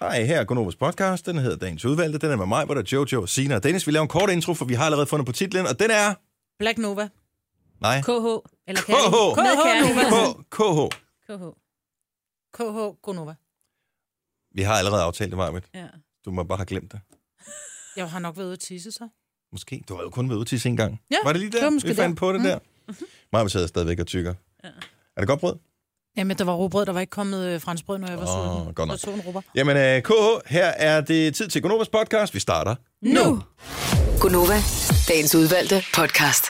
Hej, her er Gunovas podcast. Den hedder Dagens Udvalgte. Den er med mig, hvor der er Jojo, Sina og Dennis. Vi laver en kort intro, for vi har allerede fundet på titlen, og den er... Black Nova. Nej. KH. Eller KH Gunova. Vi har allerede aftalt det, Marvitt. Ja. Du må bare have glemt det. Jeg har nok været ude at tisse, så. Måske. Du har jo kun været ude at tisse en gang. Ja, var det lige der, vi fandt på det der? Marvitt sidder stadigvæk og tykker. Ja. Er det godt brød? Jamen, der var rugbrød. Der var ikke kommet franskbrød, når jeg var sulten. Godt nok. Jamen, KH, her er det tid til Gunovas podcast. Vi starter nu. Gunova, dagens udvalgte podcast.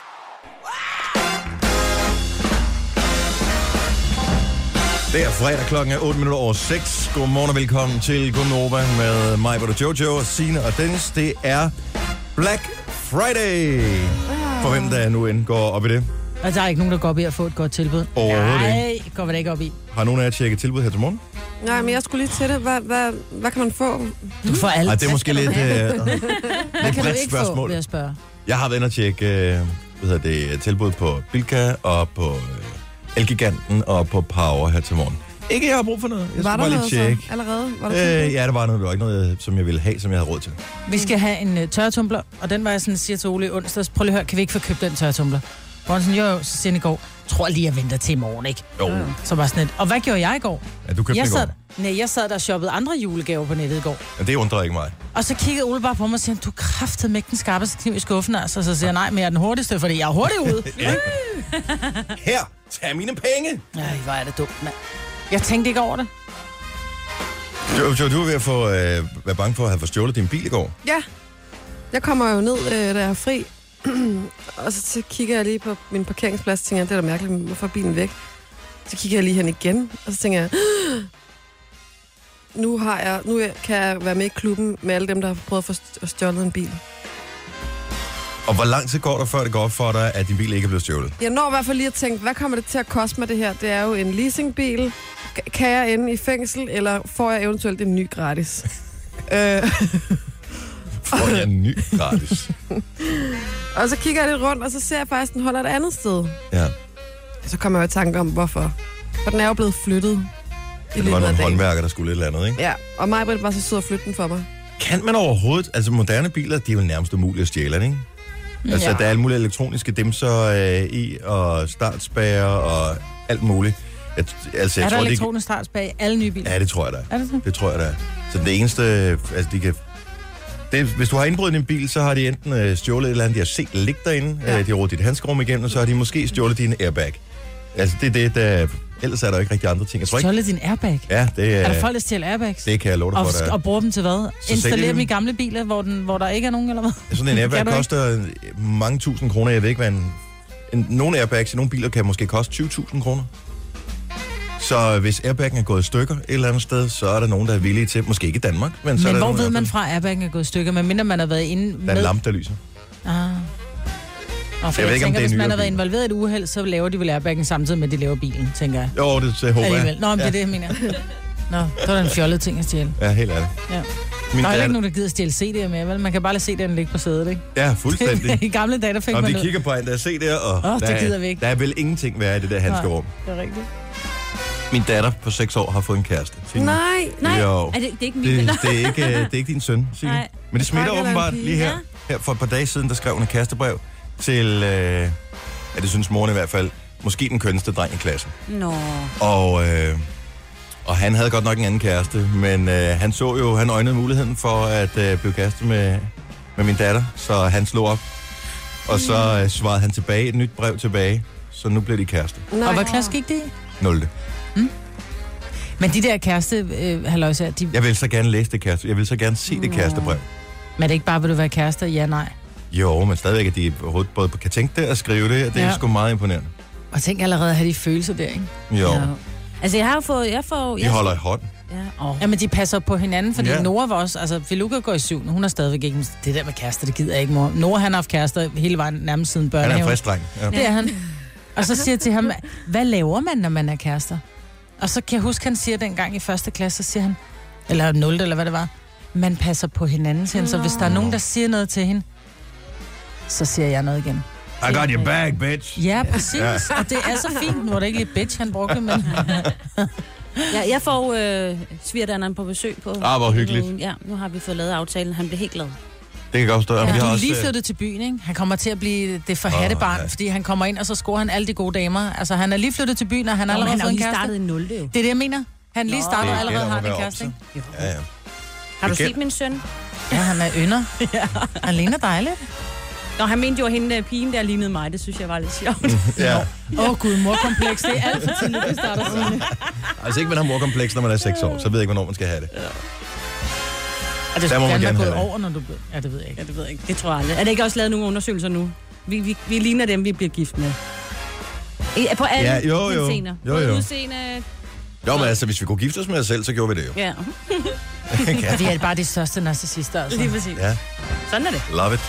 Det er fredag, klokken er 6:08. Godmorgen og velkommen til Gunova med mig, hvor der Jojo, Signe og Dennis. Det er Black Friday. For hvem der nu end går op i det. Og der er ikke nogen, der går op i at få et godt tilbud. Nej, går vi da ikke op i. Har nogen af jer tjekket tilbud her til morgen? Nej, men jeg skulle lige til det. Hvad kan man få? Du får alt. Ej, det er måske lidt bredt spørgsmål. Vil jeg spørge. Jeg har været inde og tjekke tilbud på Bilka og på Elgiganten og på Power her til morgen. Ikke, jeg har brug for noget. Jeg var der bare noget lige tjekke. så allerede? Var der ja, der var noget. Det var ikke noget, som jeg ville have, som jeg havde råd til. Vi skal have en tørretumbler, og den var jeg sådan, siger til Ole i onsdags. Prøv lige at høre, kan vi ikke få købt den tørretumbler? Hvor han sådan, jo, så siger han i går, tror lige, jeg venter til i morgen, ikke? Jo. Så var sådan et. Og hvad gjorde jeg i går? Ja, du købte den i går. Jeg sad der og shoppede andre julegaver på nettet i går. Ja, det undrer ikke mig. Og så kiggede Ole bare på mig og siger, du kraftede med den skarpeste kniv i skuffen, altså. Så siger jeg, nej, men jeg er den hurtigste, fordi jeg er hurtigt ude. Her, tag mine penge! Ej, hvor er det dumt, mand. Jeg tænkte ikke over det. Jo, du er ved at få, være bange for at have forstjålet din bil i går. Ja. Jeg kommer jo ned, da jeg er fri. Og så kigger jeg lige på min parkeringsplads, og tænker jeg, det er da mærkeligt, hvorfor er bilen væk? Så kigger jeg lige hen igen, og så tænker jeg, nu kan jeg være med i klubben med alle dem, der har prøvet at få stjålet en bil. Og hvor lang tid går der, før det går op for dig, at din bil ikke er blevet stjålet? Jeg når i hvert fald lige at tænke, hvad kommer det til at koste mig det her? Det er jo en leasingbil. Kan jeg ende i fængsel, eller får jeg eventuelt en ny gratis? Får jeg en ny gratis? Og så kigger jeg lidt rundt, og så ser jeg faktisk, at den holder et andet sted. Ja. Så kommer jeg i tanke om, hvorfor. For den er jo blevet flyttet. Det var nogle håndværker, der skulle et eller andet, ikke? Ja, og mig var så sød at flytte den for mig. Kan man overhovedet... Altså, moderne biler, de er jo nærmest umulige at stjæle, ikke? Altså, der er alle mulige elektroniske dimser i, og startspærrer, og alt muligt. Er der elektronisk startspærre i alle nye biler? Ja, det tror jeg, der er. Det så? Det tror jeg, der er. Så det eneste... Altså, de kan... hvis du har indbrudt i en bil, så har de enten stjålet et eller andet, de har set ligge derinde, de har rodet dit handskerum igennem, og så har de måske stjålet din airbag. Altså, det er det, der... Ellers er der jo ikke rigtig andre ting. Jeg tror ikke... Stjålet din airbag? Ja, det er... Er der folk, der stjæler airbags? Det kan jeg love dig for, der er. Og bruger dem til hvad? Installerer dem i gamle biler, hvor der ikke er nogen, eller hvad? Sådan en airbag koster mange tusind kroner. Jeg ved ikke, hvad nogle airbags i nogle biler kan måske koste 20.000 kroner. Så hvis airbaggen er gået i stykker et eller andet sted, så er der nogen, der er villige til, måske ikke i Danmark, men så er der hvor nogen, ved man fra, at airbaggen er gået i stykker, medmindre man har været inde med... Der er en lampe, der lyser. Og jeg tænker, hvis man har været involveret i et uheld, så laver de vel airbaggen samtidig med, at de laver bilen, tænker jeg. Jo, det håber jeg. Nå, men det er det, jeg mener. Nå, så er der en fjollet ting at stjæle. Ja, helt ærligt. Ja. Der er ikke nogen, der gider stjæle CD'er med, vel? Man kan bare lade CD'erne ligge på sædet, ikke? Ja, fuldstændig. I gamle dage, der fik man de kigger på en, der CD'er, og det gider vi ikke. Der er vel ingenting værd i det der handskerum. Det er rigtigt. Min datter på 6 år har fået en kæreste. Nej. Jo. Det er ikke min det er ikke din søn, Signe. Men det smitter åbenbart lige her. Her for et par dage siden, der skrev hun et kærestebrev til, det synes moren i hvert fald, måske den kønneste dreng i klassen. Nå. Og han havde godt nok en anden kæreste, men han øjnede muligheden for at blive kæreste med min datter, så han slog op. Og så svarede han tilbage, et nyt brev tilbage, så nu blev de kæreste. Og hvad klasse gik det i? 0. Men de der kæreste, de... Jeg vil så gerne læse det kæreste. Jeg vil så gerne se det kærestebrev. Men er det ikke bare, vil du være kærester? Ja, nej. Jo, men stadigvæk, at de både kan tænke det og skrive det, og det er sgu meget imponerende. Og tænk allerede at have de følelser der, ikke? Jo. Ja. Altså, jeg har fået... De holder i hånd. Ja. Jamen, de passer på hinanden, fordi Nora var også... Altså, Filuka går i 7. Hun har stadigvæk ikke... Det der med kærester, det gider jeg ikke, mor. Nora, han har haft kærester hele vejen nærmest siden børnehaven. Han er en frisk dreng. Ja. Det er han. Og så siger jeg til ham, hvad laver man, når man er kærester? Og så kan jeg huske, han siger dengang i 1. klasse, så siger han, eller 0, eller hvad det var, man passer på hinanden, siger han. Så hvis der er nogen, der siger noget til hende, så siger jeg noget igen. I got your back, bitch. Ja, præcis. Ja. Og det er så fint. Nu var det ikke lige bitch, han brugte, men... Jeg får svigerdatteren på besøg på... Hvor hyggeligt. Ja, nu har vi fået lavet aftalen. Han blev helt glad. Det kan godt forstå. Ja. Du er lige flyttet til byen, ikke? Han kommer til at blive det forhatte barn, fordi han kommer ind, og så scorer han alle de gode damer. Altså, han er lige flyttet til byen, og han har allerede fået en kæreste. Han har lige startet i 0, det jo. Det er det, jeg mener. Han lige startet og allerede har en kæreste, ikke? Ja. Har du set min søn? Ja, han er ynder. Ja. Han ligner dejligt. Nå, han mente jo, at hende pigen der lignede mig. Det synes jeg var lidt sjovt. Ja. Gud, morkompleks. Det er alt for tidligt, det starter sådan. Altså ikke, man har morkompleks, når man er 6 år. Så ved jeg ikke, hvornår man skal have det. Ja. Og det skulle gerne være gået over, når du blev... Ja, det ved jeg ikke. Ja, det ved jeg ikke. Det tror jeg aldrig. Er det ikke også lavet nogle undersøgelser nu? Vi ligner dem, vi bliver gift med. På alle scener. Jo. Udseende... Jo, men altså, hvis vi kunne gifte os med os selv, så gjorde vi det jo. Ja. Vi er bare de største narcissister, altså. Lige præcis. Ja. Sådan er det. Love it.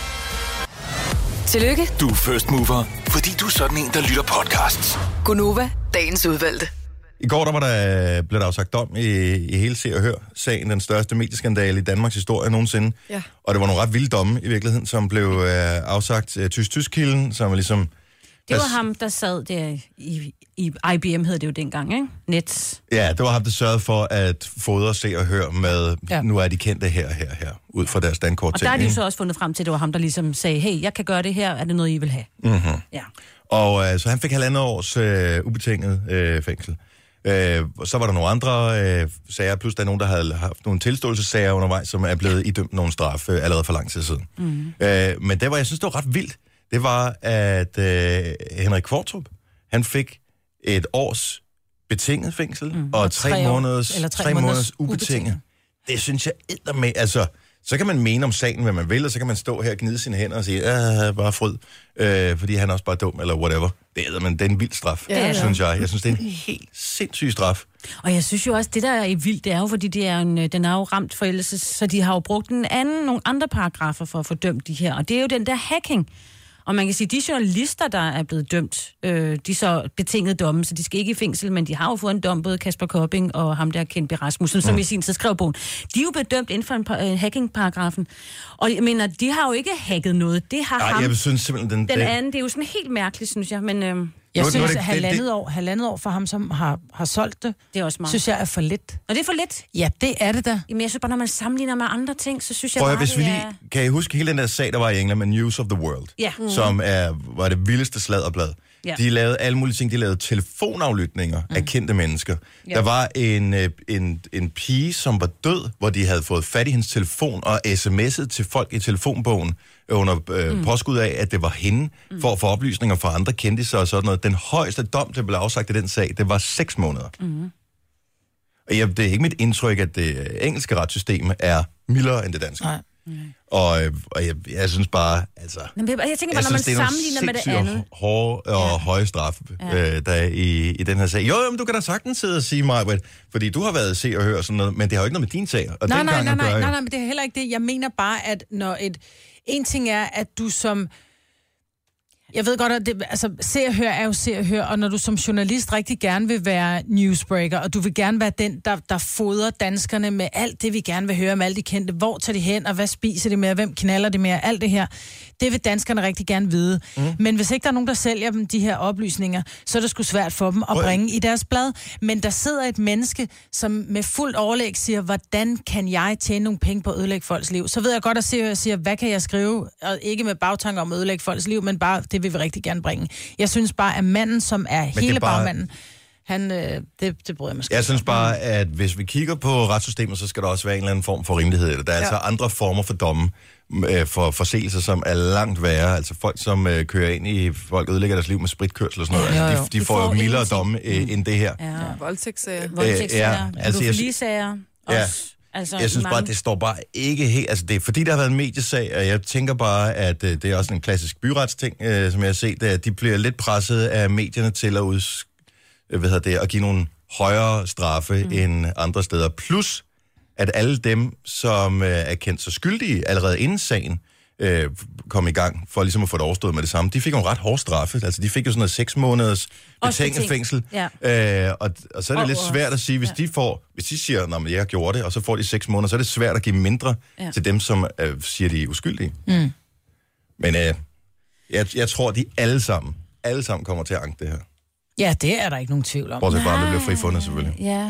Tillykke. Du er first mover, fordi du er sådan en, der lytter podcasts. Gunova, dagens udvalgte. I går blev der afsagt dom i hele Se og Hør-sagen, den største medieskandale i Danmarks historie nogensinde. Ja. Og det var nogle ret vilde domme i virkeligheden, som blev afsagt. Tysk-Tysk-kilden, som ligesom... Det var ham, der sad der i IBM, hed det jo dengang, ikke? Nets. Ja, det var ham, der sørgede for at fodre Se og Hør med, nu er de kendte her, ud fra deres dankort. Og der er de så også fundet frem til, at det var ham, der ligesom sagde, hey, jeg kan gøre det her, er det noget, I vil have? Mm-hmm. Ja. Og så han fik 1,5 års ubetinget fængsel. Så var der nogle andre sager, plus der er nogen, der havde haft nogle tilståelsessager undervejs, som er blevet idømt nogle straf allerede for lang tid siden. Mm. Men det var, jeg synes, det var ret vildt. Det var, at Henrik Qvortrup, han fik 1 års betinget fængsel, og 3 måneders ubetinget. Det synes jeg med. Altså, så kan man mene om sagen, hvad man vil, og så kan man stå her og gnide sine hænder og sige, bare fryd, fordi han er også bare dum, eller whatever. Det er en vild straf, synes jeg. Jeg synes, det er en helt sindssyg straf. Og jeg synes jo også, det der er vildt, det er jo, fordi den er jo ramt forældelse, så de har jo brugt nogle andre paragrafer for at få dømt de her, og det er jo den der hacking. Og man kan sige, de journalister, der er blevet dømt, de så betinget domme, så de skal ikke i fængsel, men de har jo fået en dom, både Kasper Kopping og ham der Ken B. Rasmussen, som i sin tid skrev bogen. De er jo blevet dømt inden for hacking-paragrafen. Og jeg mener, de har jo ikke hacket noget. Det har ham. Jeg synes simpelthen, den anden, det er jo sådan helt mærkeligt, synes jeg, men... Jeg synes, at halvandet år for ham, som har solgt det, det er også meget. Synes jeg er for lidt. Og det er for lidt? Ja, det er det da. Jamen, jeg synes bare, når man sammenligner med andre ting, så synes jeg bare, hvis vi lige, kan I huske hele den der sag, der var i England med News of the World? Ja. Som var det vildeste sladderblad. Ja. De lavede alle mulige ting. De lavede telefonaflytninger af kendte mennesker. Ja. Der var en pige, som var død, hvor de havde fået fat i hendes telefon og sms'et til folk i telefonbogen under påskud af, at det var hende, for at få oplysninger fra andre kendisser og sådan noget. Den højeste dom, der blev afsagt i den sag, det var 6 måneder. Og det er ikke mit indtryk, at det engelske retssystem er mildere end det danske. Nej. Og jeg synes bare, altså... Jeg tænker bare, når man sammenligner med det andet... hårde og høje straffe, der er i den her sag. Jo, men du kan da sagtens sidde og sige, Maj-Brit, fordi du har været Se og Hør sådan noget, men det har jo ikke noget med din sag. Og nej, men det er heller ikke det. Jeg mener bare, at når en ting er, at du som... Jeg ved godt, at Se og Hør er jo Se og Hør, og når du som journalist rigtig gerne vil være newsbreaker, og du vil gerne være den, der fodrer danskerne med alt det, vi gerne vil høre om alle de kendte. Hvor tager de hen, og hvad spiser de med, og hvem knaller de med, og alt det her. Det vil danskerne rigtig gerne vide. Men hvis ikke der er nogen, der sælger dem de her oplysninger, så er det sgu svært for dem at bringe i deres blad. Men der sidder et menneske, som med fuldt overlæg siger, hvordan kan jeg tjene nogle penge på at ødelægge folks liv? Så ved jeg godt, at Se og Hør siger, hvad kan jeg skrive? Og ikke med bagtanker om at ødelægge folks liv, men bare det vil vi rigtig gerne bringe. Jeg synes bare, at manden, som er hele bagmanden, det bryder jeg måske. Jeg synes bare, at hvis vi kigger på retssystemet, så skal der også være en eller anden form for rimelighed. Der er altså andre former for domme for forseelser, som er langt værre. Altså folk, som kører ind i... Folk ødelægger deres liv med spritkørsel og sådan noget. Altså, de får jo mildere domme end det her. Ja. Voldtægtssager. Pædofilisager. Altså, jeg synes bare, det står bare ikke helt... Altså, det er fordi, der har været en mediesag, og jeg tænker bare, at det er også en klassisk byretsting, som jeg har set, at de bliver lidt presset af medierne til at give nogle højere straffe end andre steder. Plus, at alle dem, som er kendt så skyldige allerede inden sagen kom i gang, for ligesom at få det overstået med det samme, de fik jo en ret hård straffe. Altså, de fik jo sådan noget 6 måneders betinget fængsel. Ja. Og så er det lidt svært at sige, hvis de siger, at jeg har gjort det, og så får de 6 måneder, så er det svært at give mindre til dem, som siger, de er uskyldige. Men jeg tror, de alle sammen kommer til at anke det her. Ja, det er der ikke nogen tvivl om. Bortset fra, at det bliver frifundet, selvfølgelig. Ja.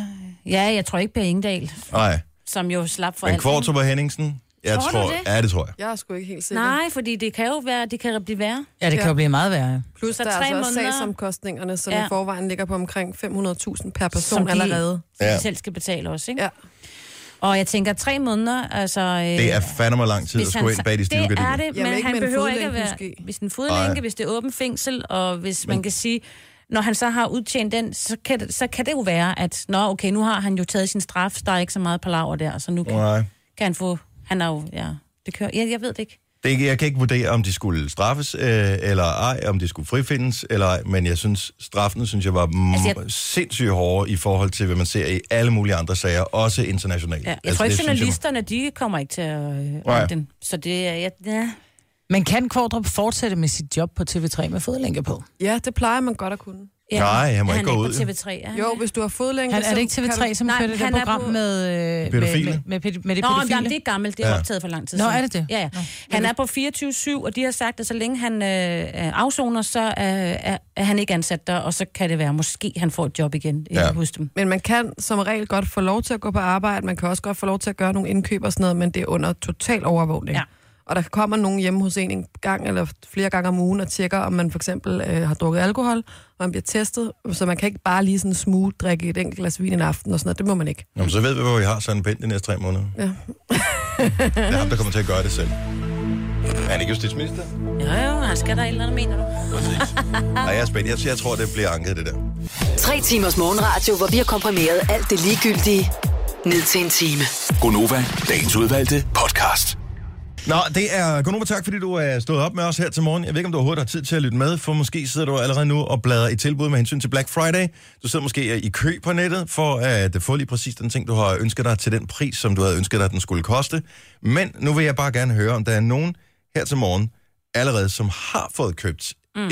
Ja, jeg tror ikke Per Ingdal, Nej. som jo slap for Men alt. Kvartrup og Henningsen? Jeg Tror du det? Ja, det tror jeg. Jeg er sgu ikke helt sikker. Nej, fordi det kan jo være, det kan blive værre. Ja, det kan jo blive meget værre. Plus Så der er 3 altså også måneder. sagsomkostningerne, som Ja. i forvejen ligger på omkring 500.000 per person Som de- allerede. De selv skal betale også, ikke? Ja. Og jeg tænker, 3 måneder, altså... Det er fandme lang tid at hvis skulle ind bag de stive Det er gardiner. det, Jamen, men ikke han med en behøver ikke at fodlænke, være... måske. Hvis en fodlænke, hvis det er åben fængsel, og hvis man kan sige... Når han så har udtjent den, så kan det jo være, at... Okay, nu har han jo taget sin straf, der er ikke så meget palaver der, så nu kan han få... Han er jo... Ja, det kører... Jeg ved det ikke. Jeg kan ikke vurdere, om de skulle straffes, eller ej, om de skulle frifindes, eller ej, men jeg synes, straffen, var sindssygt hårdere i forhold til, hvad man ser i alle mulige andre sager, også internationalt. Ja, jeg tror ikke, journalisterne, de kommer ikke til at den. Så det er... Ja. Men kan Kvartrup fortsætte med sit job på TV3 med fodlænke på? Ja, det plejer man godt at kunne. Ja. Nej, han må ikke gå ud. Han er på TV3, Jo, hvis du har fodlænke... Er det ikke TV3, som kørte det program med pædofile? Med de Nå, pædofile? jamen, det er gammelt. Det er optaget for lang tid siden. Nå, er det det? Ja. Han er på 24/7, og de har sagt, at så længe han afsoner, så er han ikke ansat der, og så kan det være, måske han får et job igen hos dem. Men man kan som regel godt få lov til at gå på arbejde, man kan også godt få lov til at gøre nogle indkøb og sådan noget, men det er under total overvågning. Ja. Og der kommer nogen hjemme hos en gang eller flere gange om ugen og tjekker, om man for eksempel har drukket alkohol, og man bliver testet, så man kan ikke bare lige sådan smooth drikke et enkelt glas vin en aften og sådan noget. Det må man ikke. Jamen, så ved vi, hvor vi har sådan en pind de næste 3 måneder. Ja. Det er ham, der kommer til at gøre det selv. Er han ikke justitsminister? Jo, han skal der et eller andet, mener du? Præcis. Nej, jeg er spændt. Jeg tror, det bliver anket, det der. 3 timers morgenradio, hvor vi har komprimeret alt det ligegyldige ned til en time. Gonova, dagens udvalgte podcast. Nå, det er Gunova, tak fordi du er stået op med os her til morgen. Jeg ved ikke, om du overhovedet har tid til at lytte med, for måske sidder du allerede nu og bladrer i tilbud med hensyn til Black Friday. Du sidder måske i kø på nettet for at få lige præcis den ting, du har ønsket dig til den pris, som du havde ønsket dig, at den skulle koste. Men nu vil jeg bare gerne høre, om der er nogen her til morgen allerede, som har fået købt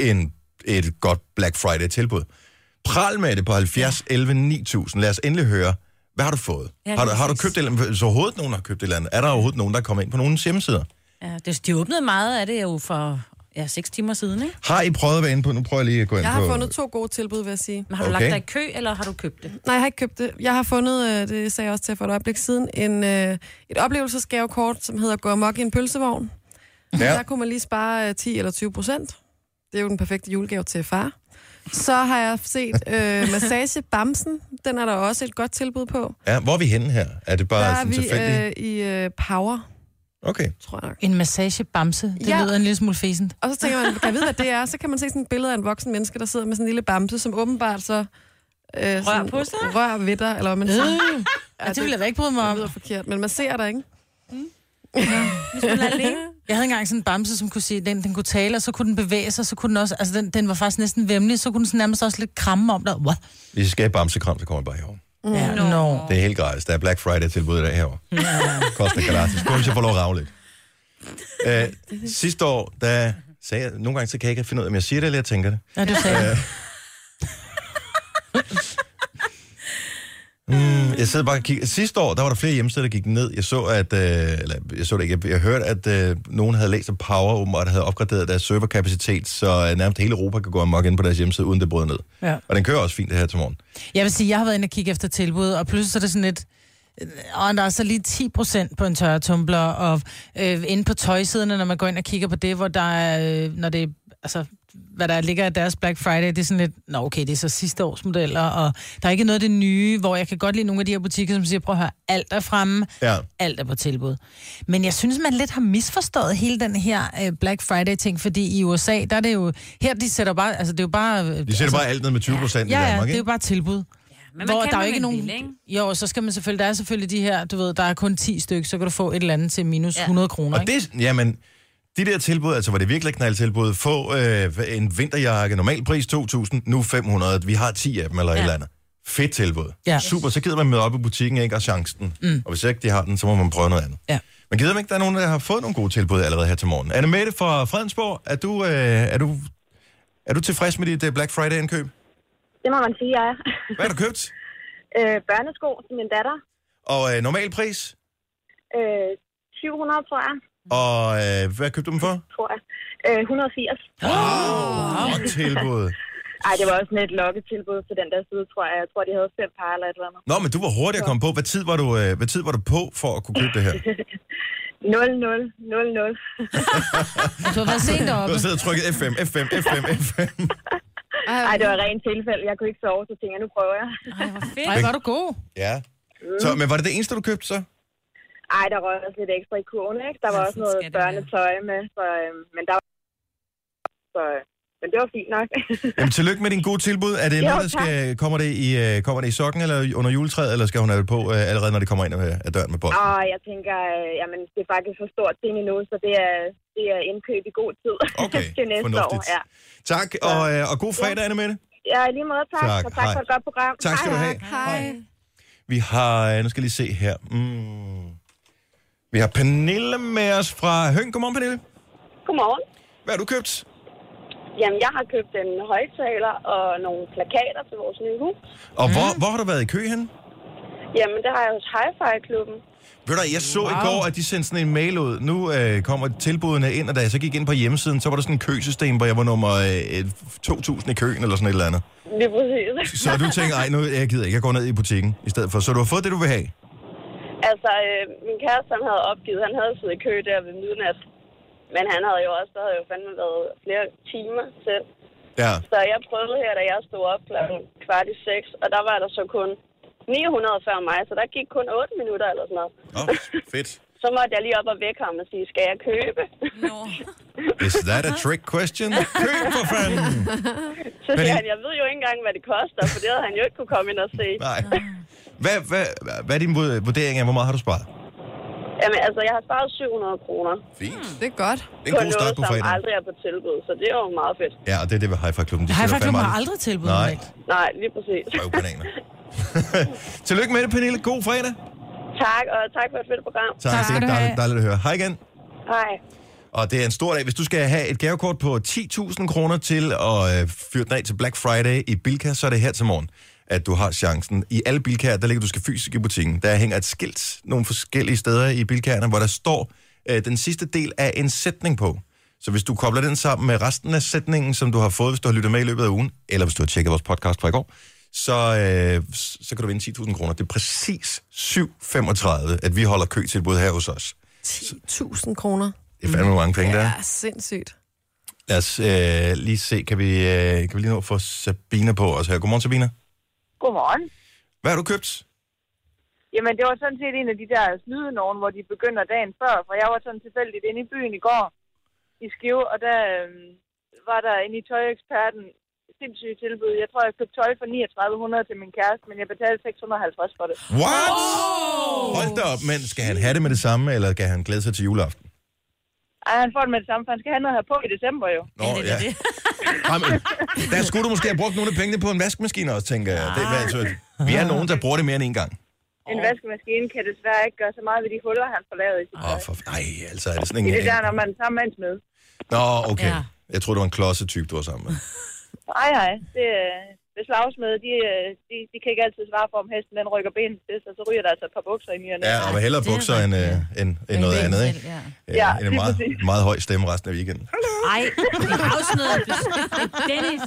et godt Black Friday-tilbud. Pral med det på 70 11 9000. Lad os endelig høre. Hvad har du fået? Ja, har du købt et eller andet? Så overhovedet nogen har købt et eller andet? Er der overhovedet nogen, der kommer ind på nogens hjemmesider? Ja, de åbnede meget af det jo for 6 timer siden, ikke? Har I prøvet at være inde på? Nu prøver jeg lige at gå ind på... Jeg har fundet 2 gode tilbud, vil jeg sige. Men har du lagt dig i kø, eller har du købt det? Nej, jeg har ikke købt det. Jeg har fundet, det sagde jeg også til for et øjeblik siden, et oplevelsesgavekort, som hedder Gå amok i en pølsevogn. Ja. Der kunne man lige spare 10 eller 20%. Det er jo den perfekte julegave til far. Så har jeg set Massage Bamsen. Den er der også et godt tilbud på. Ja, hvor er vi henne her? Er det bare Der er sådan tilfældigt? vi i Power, Okay. tror jeg nok. En massagebamse. Det Ja. lyder en lille smule fæsent. Og så tænker man, kan jeg vide, hvad det er? Så kan man se sådan et billede af en voksen menneske, der sidder med sådan en lille bamse, som åbenbart så... Rør på sig? Rør ved dig, eller hvad man siger. Ja, det ville jeg da ikke bryde mig Det om. lyder forkert, men man ser der, ikke? Jeg havde engang sådan en bamse, som kunne sige, den kunne tale, og så kunne den bevæge sig, så kunne den også, altså den var faktisk næsten væmmelig, så kunne den sådan nærmest også lidt kramme om dig. What? Hvis I skal have bamsekram, så kommer I bare herovre. Ja, no. Det er helt gratis. Der er Black Friday-tilbud i dag herovre. Koster gratis. Kun hvis jeg får lov at rave lidt. Sidste år, der sagde jeg... Nogle gange så kan jeg ikke finde ud af, om jeg siger det, eller jeg tænker det. Ja, du sagde Jeg sidder bare og kigger. Sidste år, der var der flere hjemmesider, der gik ned. Jeg så, at... jeg så det ikke. Jeg hørte, at nogen havde læst, at Power åbenbart havde opgraderet deres serverkapacitet, så nærmest hele Europa kan gå amok ind på deres hjemmeside, uden det bryder ned. Ja. Og den kører også fint det her til morgen. Jeg vil sige, jeg har været inde og kigge efter tilbud, og pludselig så er det sådan lidt... Og der er så lige 10% på en tørretumbler, og inde på tøjsiderne, når man går ind og kigger på det, hvor der er... når det er, altså, hvad der ligger af deres Black Friday, det er sådan lidt... Nå, okay, det er så sidste års modeller, og der er ikke noget af det nye, hvor jeg kan godt lide nogle af de her butikker, som siger, prøv at høre, alt er fremme, alt er på tilbud. Men jeg synes, man lidt har misforstået hele den her Black Friday-ting, fordi i USA, der er det jo... Her, de sætter bare... Altså, det er jo bare... De sætter bare alt ned med 20% i Danmark, ja, ikke? det er jo bare tilbud. Men hvor man der er jo ikke nogen... Jo, så skal man selvfølgelig... Der er selvfølgelig de her, du ved, der er kun 10 stykker, så kan du få et eller andet til minus 100 kroner, Og det, jamen, de der tilbud, altså var det virkelig knaldtilbud, få en vinterjakke, normalpris 2.000, nu 500, vi har 10 af dem eller et eller andet. Fedt tilbud. Ja. Super, så gider man møde op i butikken, ikke, og chancen. Og hvis ikke de har den, så må man prøve noget andet. Ja. Men gider man ikke, der er nogen, der har fået nogle gode tilbud allerede her til morgen. Anne-Mette fra Fredensborg, er du tilfreds med dit Black Friday-indkøb? Det må man sige, jeg er. Hvad har du købt? Børnesko til min datter. Og normalpris? 700, tror jeg. Og hvad købte du dem for? Tror jeg. 180. Godt tilbud. Ej, det var også sådan et lokketilbud til den der side, tror jeg. Jeg tror, de havde 5 par eller et eller andet. Nå, men du var hurtig at komme på. Hvad tid var du på for at kunne købe det her? 0000. Du har været sent Du deroppe. har siddet og trykket FM. Ej, det var rent tilfælde. Jeg kunne ikke sove, så tænkte jeg, nu prøver jeg. Ej, hvor fedt. Ej, var du god. Ja. Så, men var det eneste, du købte så? Ej, der røg også lidt ekstra i kurven, ikke? Der var også noget børnetøj med, så, men der var... men det var fint nok. Jamen, tillykke med din gode tilbud. Er det noget, der skal... Kommer det i sokken eller under juletræet, eller skal hun have det på allerede, når det kommer ind af døren med posten? Jeg tænker, jamen, det er faktisk for stort ting endnu, så det er indkøb i god tid. Okay, til næste fornuftigt. år. Ja. Tak, og god fredag, Anne-Mette. Ja, i lige måde, tak. Og tak for et godt program. Tak skal du have. Hej. Vi har... Nu skal jeg lige se her. Vi har Pernille med os fra Høng. Godmorgen, Pernille. Godmorgen. Hvad har du købt? Jamen, jeg har købt en højtaler og nogle plakater til vores nye hus. Og hvor har du været i kø henne? Jamen, det har jeg hos Hi-Fi-klubben. Ved du, jeg så i går, at de sendte sådan en mail ud. Nu kommer tilbudene ind, og da jeg så gik ind på hjemmesiden, så var der sådan en køsystem, hvor jeg var nummer 2.000 i køen, eller sådan et eller andet. Lige præcis. Så du tænker, ej, nu jeg gider ikke, jeg går ned i butikken i stedet for. Så du har fået det, du vil have? Altså, min kæreste, han havde opgivet, han havde siddet i kø der ved midnat. Men han havde jo også, der havde jo fandme været flere timer selv. Ja. Så jeg prøvede her, da jeg stod op klokken 5:15, og der var der så kun 900 før mig, så der gik kun 8 minutter eller sådan noget. Fedt. Så måtte jeg lige op og vække ham og sige, skal jeg købe? Nå. Is that a trick question? Køb for fanden! Så siger han, jeg ved jo ikke engang, hvad det koster, for det havde han jo ikke kunne komme ind og se. Nej. Hvad er din vurdering af, hvor meget har du sparet? Jamen, altså, jeg har sparet 700 kroner. Fint. Det er godt. Det er en god start på som fredag. aldrig er på tilbud, så det er jo meget fedt. Ja, og det er det ved Hi-Fi-klubben. Hi-Fi-klubben har aldrig tilbud. Nej. Nej, lige præcis. Røvbananer. Tillykke med det, Pernille. God fredag. Tak, og tak for et fedt program. Tak, det er dejligt at høre. Hej igen. Hej. Og det er en stor dag. Hvis du skal have et gavekort på 10.000 kroner til at fyre den af til Black Friday i Bilka, så er det her til morgen, at du har chancen. I alle Bilkaer, der ligger du skal fysisk i butikken. Der hænger et skilt nogle forskellige steder i Bilkaerne, hvor der står den sidste del af en sætning på. Så hvis du kobler den sammen med resten af sætningen, som du har fået, hvis du har lyttet med i løbet af ugen, eller hvis du har tjekket vores podcast fra i går, så kan du vinde 10.000 kroner. Det er præcis 7:35, at vi holder køtilbud her hos os. 10.000 kroner. Det er fandme mange penge, der. Ja, sindssygt. Lad os lige se, kan vi lige nå at få Sabina på os her. Godmorgen, Sabina. Godmorgen. Hvad har du købt? Jamen, det var sådan set en af de der snydenårne, hvor de begynder dagen før, for jeg var sådan tilfældigt inde i byen i går i Skive, og der var der inde i Tøjeksperten sindssygt tilbud. Jeg tror, jeg købte tøj for 3900 til min kæreste, men jeg betalte 650 for det. What? Hold da op, men skal han have det med det samme, eller skal han glæde sig til juleaften? Ej, han får det med det samme, for han skal have noget her på i december jo. Nå, ja. Jamen, der skulle du måske have brugt nogle af pengene på en vaskemaskine også, tænker jeg. Det er, altså, vi er nogen, der bruger det mere end en gang. En vaskemaskine kan desværre ikke gøre så meget ved de huller, han får lavet i sit tøj. Nej, altså er det sådan en... Det er der, når man er sammen med en smed. Nå, okay. Ja. Jeg troede, det var en klodset-type, du var sammen med. Nej. Det slagsmed, de kan ikke altid svare for, om hesten den rykker benet til, så ryger der altså et par bukser i nyerne. Ja, og hellere bukser end noget andet, ikke? Ja, en meget, meget høj stemme resten af weekenden. Ej, det er afsnøret. Dennis.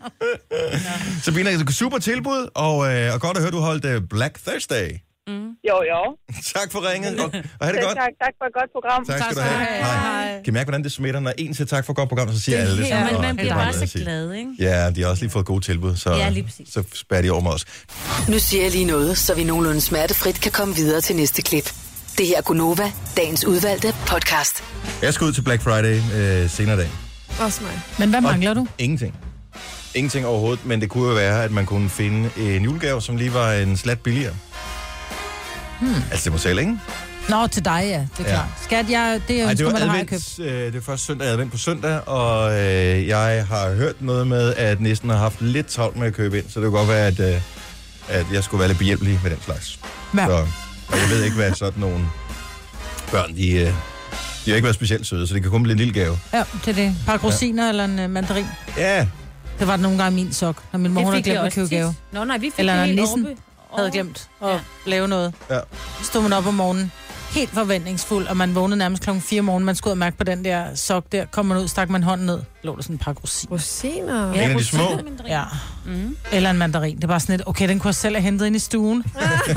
Sabina, super tilbud, og godt at høre, du holdt Black Thursday. Jo. Tak for ringet, og have det godt. Tak for et godt program. Tak skal du have. Hej. Kan I mærke, hvordan det smitter? Når en siger tak for et godt program, så siger alle det. Ja, samme. man bliver bare så glad, ikke? Ja, de har også lige fået gode tilbud, så spærer de over med os. Nu siger jeg lige noget, så vi nogenlunde smertefrit kan komme videre til næste klip. Det her er Gunova, dagens udvalgte podcast. Jeg skal ud til Black Friday senere i dag. Også mig. Men hvad mangler du? Ingenting. Ingenting overhovedet, men det kunne jo være, at man kunne finde en julegave, som lige var en slat billigere. Altså, det må selv, ikke? Nå, til dig, ja. Det er klart. Skat, det det var man har advent, købt. det er først søndag, advent på søndag, og jeg har hørt noget med, at næsten har haft lidt travlt med at købe ind, så det kunne godt være, at jeg skulle være lidt behjælpelig med den slags. Ja. Så, og jeg ved ikke, hvad sådan nogle børn, de har ikke været specielt søde, så det kan kun blive en lille gave. Ja, til det. Et par rosiner eller en mandarin. Ja. Det var det nogle gange min sok, når min mor havde glemt at købe gave. Nå, nej, vi fik Eller det når helt nissen oppe. havde glemt at lave noget. Ja. Stod man op om morgenen. helt forventningsfuld, og man vågnede nærmest klokken 4 om morgenen. Man skulle ud og mærke på den der sok der. Kom man ud, stak man hånden ned. Lå der sådan en par rosiner. Rosiner? En af de små. Ja. Eller en mandarin. Det er bare sådan lidt, okay, den kunne jeg selv have hentet ind i stuen.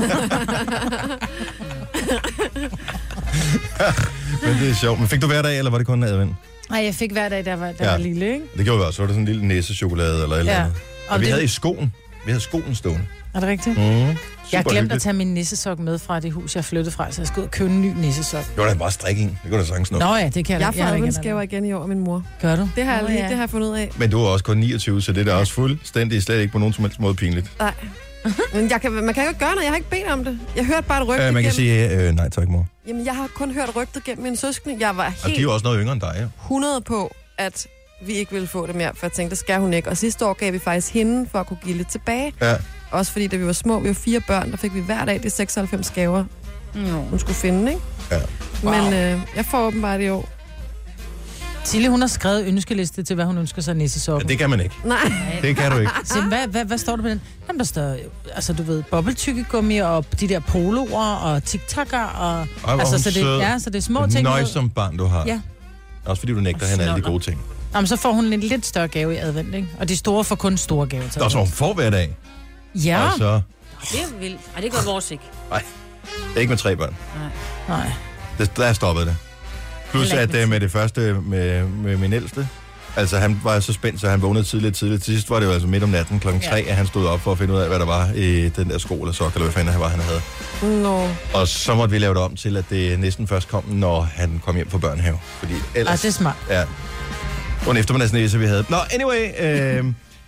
Men det er sjovt. Men fik du hver dag, eller var det kun en advent? Nej, jeg fik hver dag, der var lille, ikke? Det gjorde vi også. Så var der sådan en lille næsechokolade eller et eller andet. Og vi havde i skoen. Vi havde skoen stående. Er det rigtigt? Jeg har glemt at tage min nissesok med fra det hus, jeg flyttede fra, så jeg skal ud og købe en ny nissesok. Det var da bare strikke en. Det kunne da sagtens nå. Nå ja, det kan jeg får adventsgaver igen i år af min mor. Gør du? Det har jeg det har jeg fundet ud af. Men du er også kun 29, så det er da også fuldstændig slet ikke på nogen som helst måde pinligt. Nej. Men man kan jo ikke gøre noget. Jeg har ikke bedt om det. Jeg hørte bare et rygte man kan sige, nej tak, mor. Jamen, jeg har kun hørt rygtet gennem min søskende. Jeg var Og de er helt jo også noget yngre end dig, ja. 100 på, at vi ikke ville få det mere, for jeg tænkte, det skal hun ikke. Og sidste år gav vi faktisk hende for at kunne give lidt tilbage. Ja. Også fordi, da vi var små, vi var 4 børn, der fik vi hver dag de 96 gaver, hun skulle finde, ikke? Ja. Men jeg får åbenbart i år. Tilly, hun har skrevet ønskeliste til, hvad hun ønsker sig nissesokken. Ja, det kan man ikke. Nej. Det kan du ikke. Så hvad står der på den? Jamen, der står, altså du ved, bobbeltykkegummi og de der poloer og tic-tacker og... altså, så det er små ting. Nøjsom barn, du har. Ja. Også fordi du nægter hende alle de gode ting. Jamen, så får hun en lidt større gave i advent, ikke? Og de store får kun store gaver til. Og så hun får hver dag. Ja. Og så... Det er vildt. Og det går vores ikke. Nej, det er ikke med 3 børn. Nej. Der stoppede det. Plus at med det første med min ældste, altså han var så spændt, så han vågnede tidligt. Til sidst var det jo altså midt om natten klokken 3, at han stod op for at finde ud af, hvad der var i den der sko eller sok, eller hvad fanden han havde. No. Og så måtte vi lave det om til, at det næsten først kom, når han kom hjem fra børnehave. Fordi ellers... det er smart. Ja. Det var en eftermiddagsnæse, vi havde. Nå, anyway.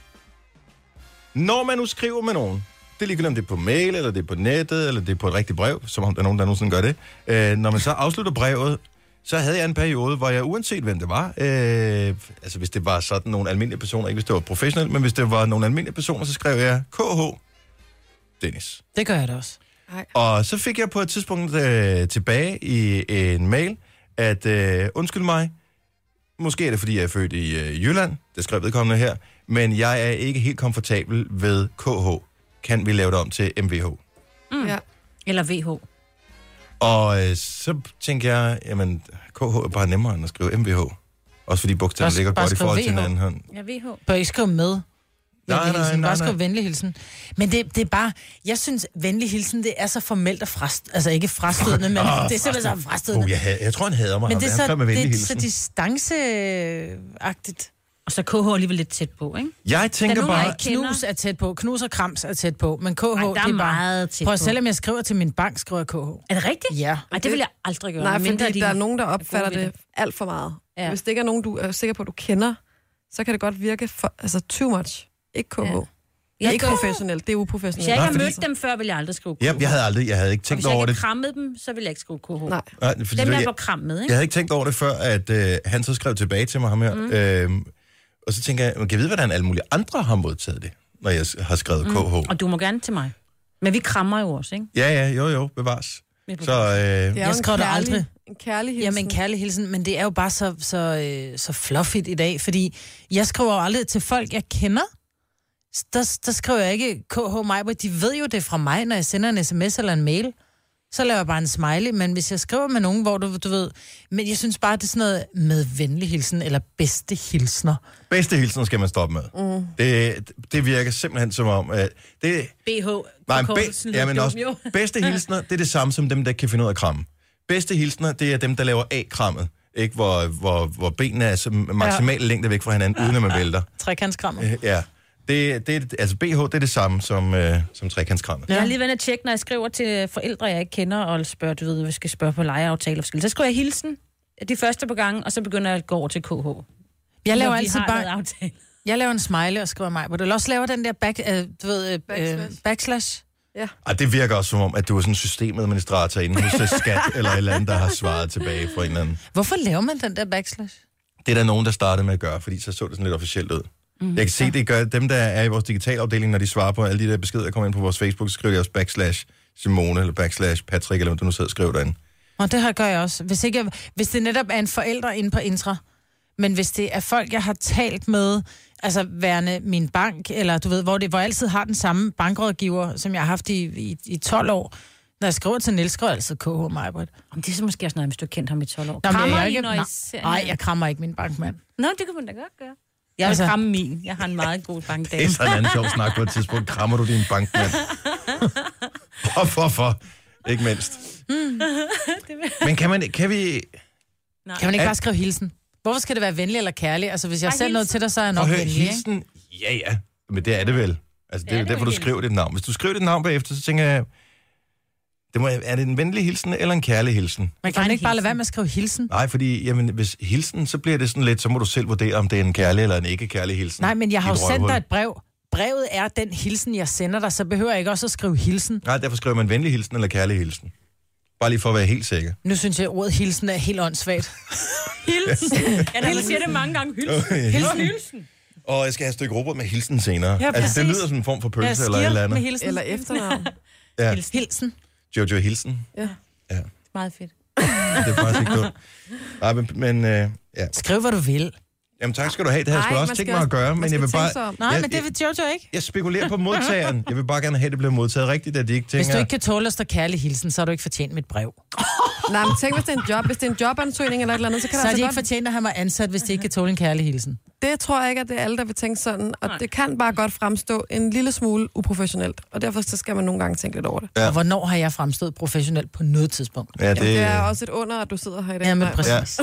Når man nu skriver med nogen, det er ligegyldigt, om det er på mail, eller det er på nettet, eller det er på et rigtigt brev, som om der er nogen, der nogensinde gør det. Når man så afslutter brevet, så havde jeg en periode, hvor jeg uanset hvem det var, altså hvis det var sådan nogle almindelige personer, ikke hvis det var professionelt, men hvis det var nogle almindelige personer, så skrev jeg KH Dennis. Det gør jeg da også. Og så fik jeg på et tidspunkt tilbage i en mail, at undskyld mig, måske er det fordi jeg er født i Jylland, det skrev vedkommende her, men jeg er ikke helt komfortabel ved KH. Kan vi lave det om til MVH? Ja. Eller VH. Og så tænker jeg, jamen, KH er bare nemmere end at skrive MVH. Også fordi bogstaverne ligger godt i forhold til hinanden hånd. Ja, VH. Bør ikke skrive med? Nej. Bare skrive venlig hilsen. Men det er bare... Jeg synes, venlig hilsen, det er så formelt og altså ikke frastødende, men det er simpelthen så frastødende. Jeg tror, han hader mig. Men det er så hilsen. distanceagtigt. Og så KH alligevel lidt tæt på, ikke? Jeg tænker bare... Knus er tæt på. Knus og krams er tæt på. Men KH, Ej, det er meget tæt Prøv på. selvom jeg skriver til min bank, skriver jeg KH. Er det rigtigt? Ja. Ej, det vil jeg aldrig gøre. Nej, mindre fordi de der er nogen, der opfatter det alt for meget. Ja. Hvis det ikke er nogen, du er sikker på, du kender, så kan det godt virke for, altså too much. Ikke KH. Ja. Det er ikke professionelt, det er uprofessionelt. Hvis jeg ikke har mødt dem før, vil jeg aldrig skrive KH. Ja, jeg havde ikke tænkt over Og det. hvis jeg ikke har krammet dem, så vil jeg ikke skrive KH. Nej. Fordi Dem, jeg får kram med, ikke? Jeg havde ikke tænkt over det før, at han så skrev tilbage til mig ham her. Og så tænker jeg, kan jeg vide, hvordan alle mulige andre har modtaget det, når jeg har skrevet KH? Og du må gerne til mig. Men vi krammer jo også, ikke? Ja, jo, bevares. Så Jeg skrev det aldrig. En kærlig hilsen. Jamen, en kærlig hilsen, men det er jo bare så fluffigt i dag, fordi jeg skriver jo aldrig til folk, jeg kender. Der skriver jeg ikke KH mig, hvor de ved jo det fra mig, når jeg sender en sms eller en mail. Så laver jeg bare en smiley, men hvis jeg skriver med nogen, hvor du ved... Men jeg synes bare, det er sådan noget med venlig hilsen, eller bedste hilsner. bedste hilsen skal man stoppe med. Det virker simpelthen som om... det, BH. nej, bedste hilsner, det er det samme som dem, der kan finde ud af at kramme. Bedste hilsner, det er dem, der laver A-krammet. Ikke? Hvor benene er så maksimalt længde væk fra hinanden, uden at man vælter. Trekantskrammet. Ja. Altså BH, det er det samme som trekantskrammet. Jeg har lige været at tjekke, når jeg skriver til forældre, jeg ikke kender, og spørger, du ved, vi skal spørge på lejeaftaler. Så skriver jeg hilsen de første par gange, og så begynder jeg at gå over til KH. Jeg laver altid bare... Jeg laver en smiley og skriver mig, hvor du også laver den der backslash. Ja. Og det virker også som om, at du er sådan en systemadministrator inde hos Skat, eller et eller andet, der har svaret tilbage fra en eller anden. Hvorfor laver man den der backslash? Det er der nogen, der startede med at gøre, fordi så det sådan lidt officielt ud. Jeg kan se, det gør dem, der er i vores digitalafdeling, når de svarer på alle de der beskeder, der kommer ind på vores Facebook, så skriver de også backslash Simone, eller backslash Patrick, eller hvad du nu sidder og skriver derinde. Og det her gør jeg også. Hvis det netop er en forælder inde på Intra, men hvis det er folk, jeg har talt med, altså værende min bank, eller du ved, hvor jeg altid har den samme bankrådgiver, som jeg har haft i 12 år, Når jeg skriver til Niels, skriver jeg altid KH Majbrit. Det er så måske også noget, hvis du har kendt ham i 12 år. Nå, men Krammer jeg I, ikke, når I ser nej, hinanden? jeg krammer ikke min bankmand. Nå, det kan man da godt gøre. Jeg vil Altså- kramme min. Jeg har en meget god Det bankdame. er sådan en anden sjov snak på et tidspunkt. Krammer du din bankmand? Hvorfor? Ikke mindst. Men kan vi... Kan man ikke bare skrive hilsen? Hvorfor skal det være venlig eller kærlig? Altså, hvis jeg sender noget til dig, så er jeg nok Og hør, venlig, ikke? hilsen... Ja. Men det er det vel. Altså, det er jo derfor, du vel. skriver dit navn. Hvis du skriver dit navn bagefter, så tænker jeg... Er det en venlig hilsen eller en kærlig hilsen? Man kan ikke bare lade være med at skrive hilsen. Nej, fordi jamen, hvis hilsen, så bliver det sådan lidt, så må du selv vurdere, om det er en kærlig eller en ikke-kærlig hilsen. Nej, men jeg har jo Dit sendt røvhul. dig et brev. Brevet er den hilsen, jeg sender dig, så behøver jeg ikke også at skrive hilsen. Nej, derfor skriver man venlig hilsen eller kærlig hilsen. Bare lige for at være helt sikker. Nu synes jeg, at ordet hilsen er helt åndssvagt. Hilsen. Ja, når man siger det mange gange. Hilsen. Og jeg skal have et stykke råbrød med hilsen senere. Ja, altså, det præcis. lyder som en form for Jeg pølse eller et eller med andet. hilsen. Eller efternavn. Ja. Hilsen. Jojo Hilsen. Ja. Meget fedt. Det er faktisk ikke dumt. Nej, men ja. Skriv, hvad du vil. Jamen tak skal du have. Det har jeg sgu Nej, også man tænkt skal mig at også- gøre, man men jeg skal vil tænke bare... sig om. Nej, men det vil Jojo ikke. Jeg spekulerer på modtageren. Jeg vil bare gerne have, at det bliver modtaget rigtigt, at de ikke tænker... Hvis du ikke kan tåle at stå kærlig hilsen, så har du ikke fortjent mit brev. Nej, men tænk, hvis det er en job. Hvis det er en jobansøgning eller et eller andet, så kan Så det har de altså ikke godt... fortjent at have mig ansat, hvis de ikke kan tåle en kærlig hilsen. Det tror jeg ikke, at det er alle, der vil tænke sådan. Og det kan bare godt fremstå en lille smule uprofessionelt. Og derfor så skal man nogle gange tænke lidt over det. Ja. Og hvornår har jeg fremstået professionelt på noget tidspunkt? Ja, Jamen, det er også et under, at du sidder her i dag. Ja, men Maja. præcis.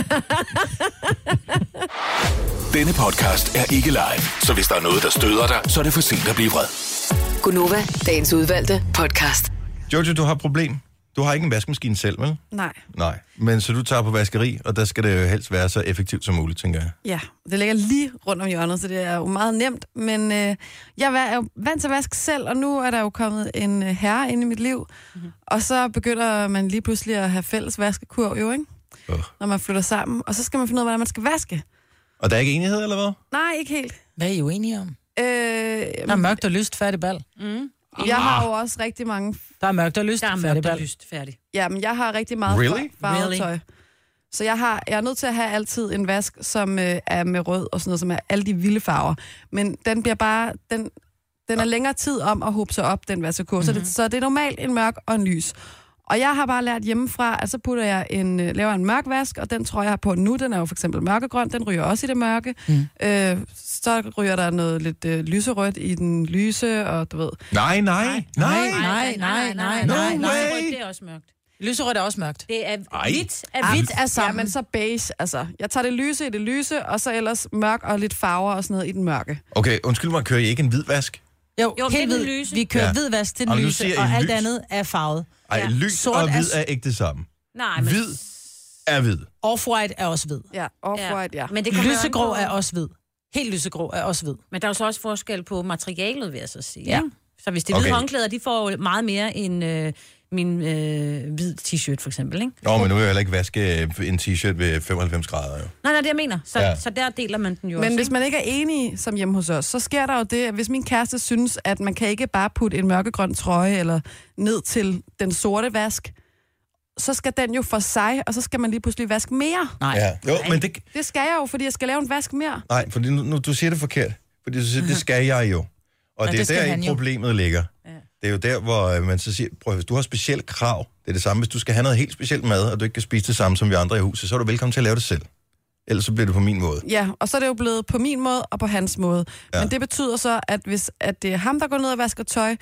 Denne podcast er ikke live, så hvis der er noget, der støder dig, så er det for sent at blive vred. Gunova, dagens udvalgte podcast. Jojo, du har et problem. Du har ikke en vaskemaskine selv, vel? Nej. Nej. Men så du tager på vaskeri, og der skal det jo helst være så effektivt som muligt, tænker jeg. Ja, det ligger lige rundt om hjørnet, så det er jo meget nemt. Men jeg er jo vant til at vaske selv, og nu er der jo kommet en herre ind i mit liv. Mm-hmm. Og så begynder man lige pludselig at have fælles vaskekurv, jo, ikke? Når man flytter sammen. Og så skal man finde ud af, hvordan man skal vaske. Og der er ikke enighed, eller hvad? Nej, ikke helt. Hvad er I uenige om? Der er mørkt og lyst, færdig bal. Jeg har jo også rigtig mange... Der er mørkt og lyst, Der er færdig mørkt og bal. lyst. Færdig. Ja, men jeg har rigtig meget Really? farvet tøj. Så jeg er nødt til at have altid en vask, som er med rød og sådan noget, som er alle de vilde farver. Men den bliver bare... Den er længere tid om at hobe sig op, den vaskekurv. Mm-hmm. Så det er normalt en mørk og en lys. Og jeg har bare lært hjemmefra, at så putter jeg laver en mørk vask, og den tror jeg har på nu. Den er jo for eksempel mørkegrøn, den ryger også i det mørke. Så ryger der noget lidt lyserødt i den lyse, og du ved... Nej. No way. Det er også mørkt. Lyserødt er også mørkt. Det er Ej. hvidt. Hvidt er Ja, sammen. men så beige, altså. Jeg tager det lyse i det lyse, og så ellers mørk og lidt farver og sådan noget i den mørke. Okay, undskyld mig, kører I ikke en hvid vask? Jo, Jo, helt det er den hvid. lyse. Vi kører Ja. hvid vask til Og den nu lyse, siger I og alt lys. andet er farvet. Ej, Ja. lys Sort og er hvid er ikke det samme. Nej, men... Hvid er hvid. Off-white er også hvid. Ja, off-white, ja. Men det kommer jo an Lysegrå på- er også hvid. Helt lysegrå er også hvid. Men der er jo så også forskel på materialet, vil jeg så sige. Ja. ikke? Så hvis det er Okay. hvide håndklæder, de får jo meget mere end min hvid t-shirt, for eksempel, ikke? Nå, men nu vil jeg heller ikke vaske en t-shirt ved 95 grader, jo. Nej, det er jeg mener. Så, Ja. så der deler man den jo Men også, hvis man ikke er enig som hjemme hos os, så sker der jo det, at hvis min kæreste synes, at man kan ikke bare putte en mørkegrøn trøje eller ned til den sorte vask, så skal den jo for sig, og så skal man lige pludselig vaske mere. Nej. Ja. Jo, men det... Det skal jeg jo, fordi jeg skal lave en vask mere. Nej, fordi nu du siger det forkert. Fordi du siger, det skal jeg jo. Og Ja, det det er skal der, han jo. problemet ligger. Ja. Det er jo der, hvor man så siger, prøv, hvis du har specielle krav, det er det samme, hvis du skal have noget helt specielt mad, og du ikke kan spise det samme som vi andre i huset, så er du velkommen til at lave det selv. Ellers så bliver det på min måde. Ja, og så er det jo blevet på min måde og på hans måde. Ja. Men det betyder så, at hvis at det er ham, der går ned og vasker tøj,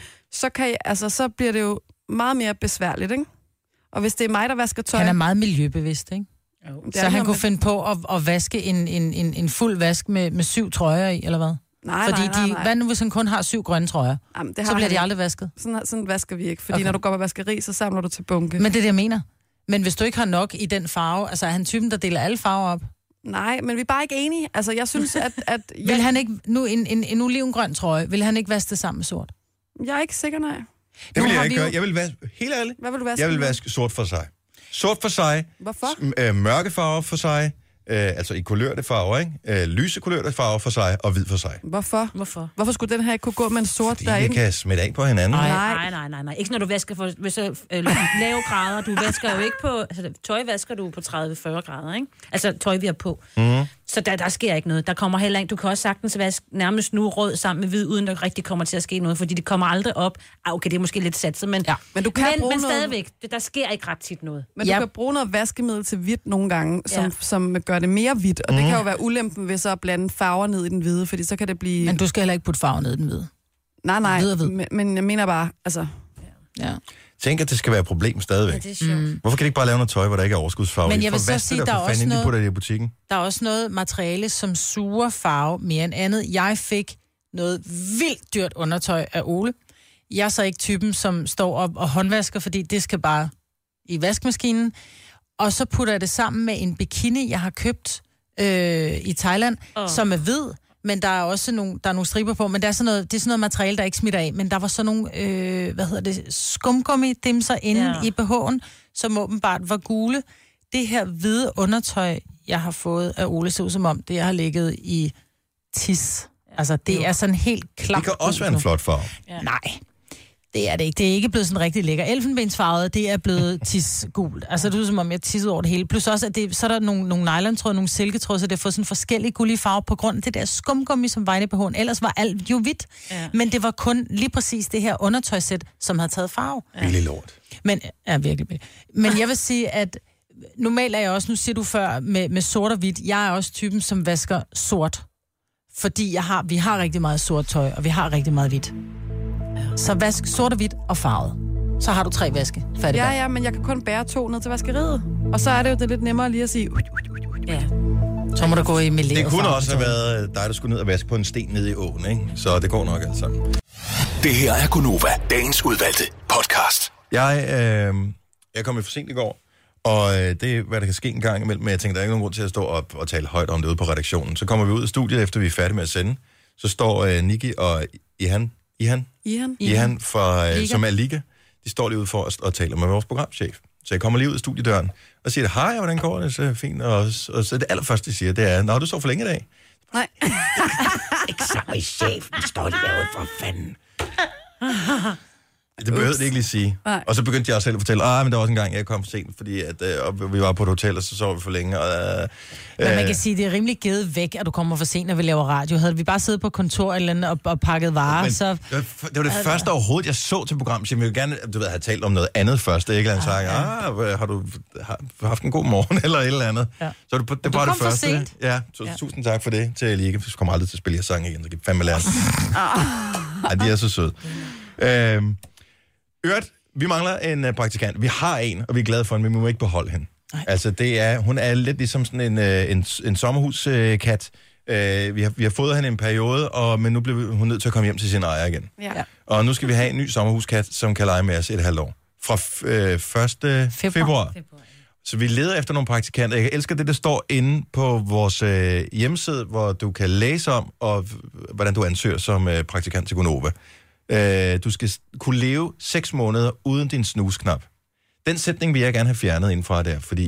så bliver det jo meget mere besværligt, ikke? Og hvis det er mig, der vasker tøj... Han er meget miljøbevidst, ikke? det Så er han kunne finde på at vaske en fuld vask med 7 trøjer i, eller hvad? Nej, Fordi nej. hvad nu, hvis han kun har 7 grønne trøjer? Jamen, det Så har bliver han de ikke. aldrig vasket. Sådan vasker vi ikke, fordi Okay. når du går på vaskeri, så samler du til bunke. Men det er det, jeg mener. Men hvis du ikke har nok i den farve, altså er han typen, der deler alle farver op? Nej, men vi er bare ikke enige. Altså, jeg synes, at Vil han ikke, nu en olivengrøn trøje, vil han ikke vaske det sammen med sort? jeg er ikke sikker, nej. Det vil Nu jeg har ikke vi jo- gøre. Jeg vil vaske, helt ærligt, Hvad vil du vaske? jeg vil vaske sort for sig. Sort for sig, Hvorfor? mørke farver for sig, altså i kulørte farver, ikke? Lyse kulørte farver for sig, og hvid for sig. Hvorfor? Hvorfor? Hvorfor skulle den her ikke kunne gå med en sort Fordi det derinde? kan smitte af på hinanden. Nej. Ikke når du vasker for så lave grader. Du vasker jo ikke på... Altså, tøj vasker du på 30-40 grader, ikke? Altså, tøj vi har på. Så der sker ikke noget. Der kommer heller ikke, du kan også sagtens vaske nærmest nu rød sammen med hvid, uden der rigtig kommer til at ske noget, fordi det kommer aldrig op. Okay, det er måske lidt satset, men, men du kan bruge men noget... stadigvæk, der sker ikke ret tit noget. Men du kan bruge noget vaskemiddel til hvidt nogle gange, som gør det mere hvidt, og det kan jo være ulempen ved så at blande farver ned i den hvide, fordi så kan det blive... Men du skal heller ikke putte farver ned i den hvide. Nej, men jeg mener bare, altså... Ja. Tænk, at det skal være et problem stadigvæk. Ja, det er sjovt. Hvorfor kan de ikke bare lave noget tøj, hvor der ikke er overskudsfarve? Men jeg vil så sige, der er også noget... putter det i butikken. Der er også noget materiale, som suger farve mere end andet. Jeg fik noget vildt dyrt undertøj af Ole. Jeg er så ikke typen, som står op og håndvasker, fordi det skal bare i vaskemaskinen. Og så putter jeg det sammen med en bikini, jeg har købt i Thailand, som er hvid. Men der er også nogle striber på, men det er sådan noget materiale, der ikke smitter af. Men der var sådan nogle, skumgummi-dimser inde i BH'en, som åbenbart var gule. Det her hvide undertøj, jeg har fået af Ole, ser ud som om, det jeg har ligget i tis. Altså, det er sådan helt klart. Det kan også være en flot farve. Ja. Nej, det er det ikke. Det er ikke blevet sådan rigtig lækker. Elfenbensfarvet, det er blevet tisgult. Altså, det er som om, jeg tissede over det hele. Plus også, at så er der nogle nylontråd, nogle silketråd, så det har fået sådan forskellige gullige farver på grund af det der skumgummi, som var inde på hånden. Ellers var alt jo hvidt. Ja. Men det var kun lige præcis det her undertøjsæt, som havde taget farve. Virkelig lort. Men, virkelig. Men jeg vil sige, at normalt er jeg også, nu siger du før, med sort og hvidt, jeg er også typen, som vasker sort. Fordi vi har rigtig meget sort tøj, og vi har rigtig meget hvidt. Så vask sort og hvidt og farvet. Så har du 3 vaske. Ja, men jeg kan kun bære 2 ned til vaskeriet. Og så er det jo det lidt nemmere lige at sige... Ja. Så må du gå i meleret. Det kunne også have været dig, der skulle ned og vaske på en sten nede i åen, ikke? Så det går nok altså. Det her er Gunova, dagens udvalgte podcast. Jeg kom for sent i går, og det er, hvad der kan ske en gang imellem, men jeg tænkte, der er ikke nogen grund til at stå op og tale højt om det ude på redaktionen. Så kommer vi ud af studiet, efter vi er færdige med at sende. Så står Nikki og Ihan, som er Liga. De står lige ude for os og taler med vores programchef. Så jeg kommer lige ud af studiedøren og siger, hej, hvordan går det? Så fint. Og så det allerførste, de siger, det er, nå, du så for længe i dag. Nej. Ikke så med chefen, står de derude for fanden. Det behøvede det ikke lige sige. Nej. Og så begyndte jeg også selv at fortælle, men der var også en gang, jeg kom for sent, fordi at, vi var på et hotel, og så sov vi for længe. Men man kan sige, det er rimelig givet væk, at du kommer for sent, når vi laver radio. Havde vi bare siddet på kontor eller andet og pakket varer, så... Det var det første overhovedet, jeg så til programmet. Jeg ville gerne have talt om noget andet først. Det er ikke andet sagt, har du haft en god morgen, eller et eller andet. Ja. Så det var det første. Ja, så tusind tak for det til Liga. Vi kommer aldrig til at spille jeres sang igen, så kan I fandme lære den. Ej, de er så søde. Vi mangler en praktikant. Vi har en, og vi er glade for hende, men vi må ikke beholde hende. Altså, hun er lidt ligesom sådan en sommerhuskat. Vi har fået hende en periode, men nu bliver hun nødt til at komme hjem til sin ejer igen. Ja. Og nu skal vi have en ny sommerhuskat, som kan lege med os 1,5 år. Fra 1. februar. Så vi leder efter nogle praktikanter. Jeg elsker det, der står inde på vores hjemmeside, hvor du kan læse om, hvordan du ansøger som praktikant til Gunova. Du skal kunne leve 6 måneder uden din snusknap. Den sætning vil jeg gerne have fjernet indfra der, fordi...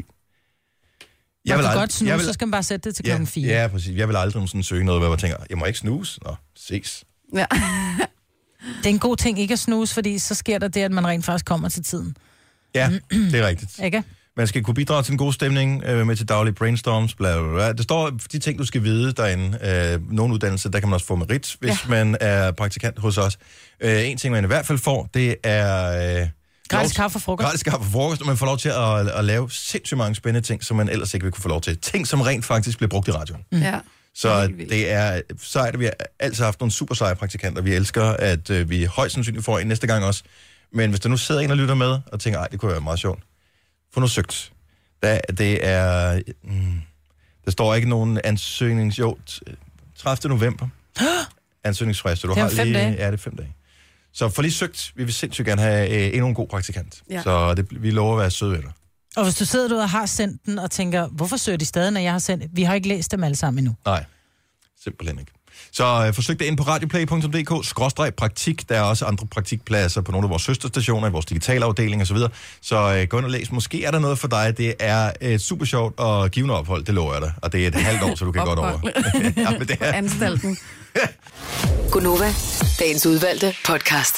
Så skal man bare sætte det til klokken 4. Ja, præcis. Jeg vil aldrig sådan søge noget, hvor jeg tænker, jeg må ikke snuse. Nå, ses. Ja. Det er en god ting ikke at snuse, fordi så sker der det, at man rent faktisk kommer til tiden. Ja, det er rigtigt. Ikke? Man skal kunne bidrage til en god stemning med til daglige brainstorms, bla bla bla. Der står de ting, du skal vide derinde. Nogle uddannelser, der kan man også få merit, hvis man er praktikant hos os. En ting, man i hvert fald får, det er... Gratis kaffe og frokost. Gratis kaffe og frokost, og man får lov til at lave sindssygt mange spændende ting, som man ellers ikke vil kunne få lov til. Ting, som rent faktisk bliver brugt i radioen. Ja. Så det er sejt, at vi har altid haft nogle super seje praktikanter. Vi elsker, at vi højst sandsynligt får en næste gang også. Men hvis der nu sidder en og lytter med, og tænker, det kunne være meget sjovt. Få nu søgt. Det er... der står ikke nogen ansøgnings... 30. november. Ansøgningsfrist. Du det er 5 dage. Ja, det er 5 dage. Så for lige søgt, vi vil sindssygt gerne have endnu en god praktikant. Ja. Så vi lover at være søde ved dig. Og hvis du sidder derude og har sendt den, og tænker, hvorfor søger de stadig, når jeg har sendt... Vi har ikke læst dem alle sammen endnu. Nej, simpelthen ikke. Så forsøg det ind på radioplay.dk/praktik. Der er også andre praktikpladser på nogle af vores søsterstationer, i vores digitale afdeling osv. Så gå ind og læs. Måske er der noget for dig. Det er et super sjovt og givende ophold, det lover jeg dig. Og det er et halvt år, så du kan godt over. Ja, men det er... Anstalten. Gunova, dagens udvalgte podcast.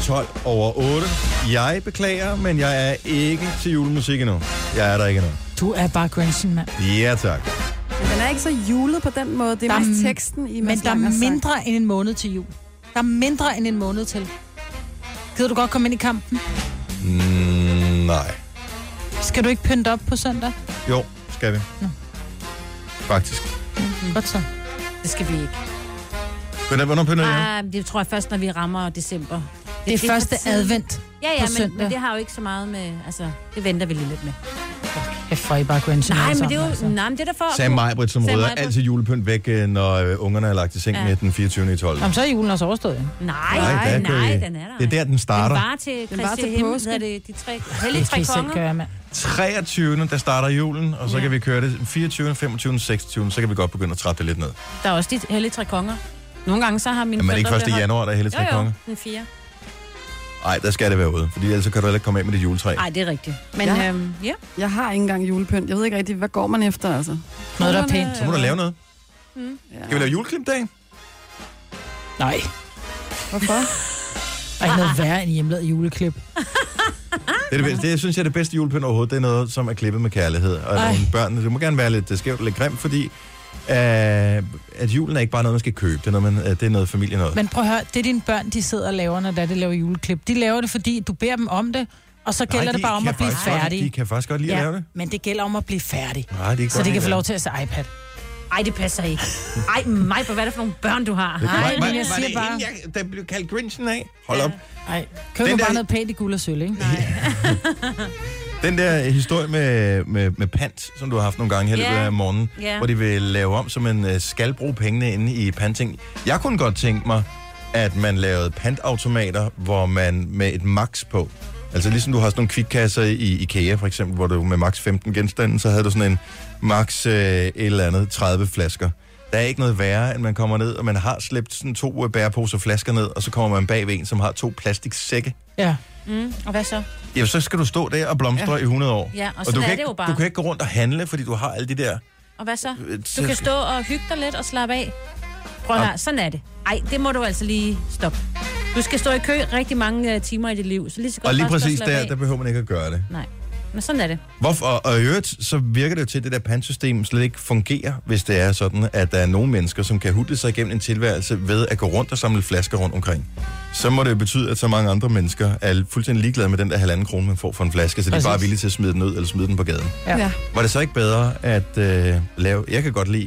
8. Jeg beklager, men jeg er ikke til julemusik endnu. Jeg er der ikke endnu. Du er bare Grinchen, mand. Ja, tak. Men den er ikke så julet på den måde. Det er mest teksten i Men Mads der er Langers sang. mindre end en måned til jul. Der er mindre end en måned til. Gider du godt komme ind i kampen? Nej. Skal du ikke pynte op på søndag? Jo, skal vi. Faktisk. Godt så. Det skal vi ikke. Hvornår pynter jeg? Det tror jeg først, når vi rammer december. Det er for første tidligt. advent Ja, på søndag. men det har jo ikke så meget med... Altså, det venter vi lige lidt med. Jeg får I bare Grinchen. Nej, alle men det er jo... sammen, Nej, men det er derfor... Sagde Majbrit, som Sagde rydder Maj-Brit. altid julepynt væk, når ungerne er lagt i seng med den 24. i 12. Jamen, så er julen også overstået. Ja. Nej, den er der. Det er der, den starter. Den var til Kristi Himmel, hedder det de tre hellige tre konger. Gøre, mand. 23. der starter julen, og så kan vi køre det 24., 25., 26., så kan vi godt begynde at trappe det lidt ned. Der er også de hellige tre konger. Nogle gange så har mine Men er det ikke forældre først i beholdt- januar, der er hele tre konger? den 4. Nej, der skal det være ude, fordi ellers kan du heller ikke komme af med dit juletræ. Nej, det er rigtigt. Men Ja. ja. Jeg har ikke engang julepynt. Jeg ved ikke rigtig, hvad går man efter, altså. Noget, der er pænt. Så må du lave noget. Ja. Skal vi lave juleklipdag? Nej. Hvorfor? Der er ikke noget værre end hjemmelavet juleklip. Det er det bedste. Det, jeg synes, jeg er det bedste julepynt overhovedet. Det er noget, som er klippet med kærlighed. Og Ej. nogle børn, det må gerne være lidt skævt og lidt grimt, fordi at julen er ikke bare noget, man skal købe. Det er noget, det er noget familie noget. Men prøv at høre, det er dine børn, de sidder og laver, når de laver juleklip. De laver det, fordi du beder dem om det, og så gælder det bare om at blive færdig. De kan faktisk godt lide at lave det. men det gælder om at blive færdig. Nej, det er ikke Så godt de kan lide få det. lov til at se iPad. Ej, det passer ikke. Ej, mig, hvad er det for nogle børn, du har? Nej, men jeg var siger det bare... en, der blev kaldt Grinchen af? Hold op. Ej, køb Den nu der- bare noget pænt i guld og sølv, ikke? Den der historie med pant, som du har haft nogle gange her i Ja. løbet af morgenen, Ja. hvor de vil lave om, så man skal bruge pengene inde i pantting. Jeg kunne godt tænke mig, at man lavede pantautomater, hvor man med et max på, altså ligesom du har sådan nogle kvikkasser i IKEA for eksempel, hvor du med max 15 genstande, så havde du sådan en max et eller andet 30 flasker. Der er ikke noget værre, end man kommer ned, og man har slæbt sådan 2 bæreposer flasker ned, og så kommer man bag ved en, som har 2 plastiksække. Ja. Og hvad så? Ja, så skal du stå der og blomstre i 100 år. Ja, og og sådan du er kan, det ikke, jo bare. du kan ikke gå rundt og handle, fordi du har alle de der... Og hvad så? Du kan stå og hygge dig lidt og slappe af. Prøv her, sådan er det. Ej, det må du altså lige stoppe. Du skal stå i kø rigtig mange timer i dit liv, så lige så godt Og lige bare stå præcis slappe af. der behøver man ikke at gøre det. Nej, men sådan er det. Hvorfor? Og i øvrigt, så virker det jo til, at det der pantsystem slet ikke fungerer, hvis det er sådan, at der er nogle mennesker, som kan hudle sig igennem en tilværelse ved at gå rundt og samle flasker rundt omkring. Så må det jo betyde, at så mange andre mennesker er fuldstændig ligeglade med den der 1,5 krone, man får for en flaske, så de er Præcis. bare villige til at smide den ud eller smide den på gaden. Ja. Ja. Var det så ikke bedre at lave... Jeg kan godt lide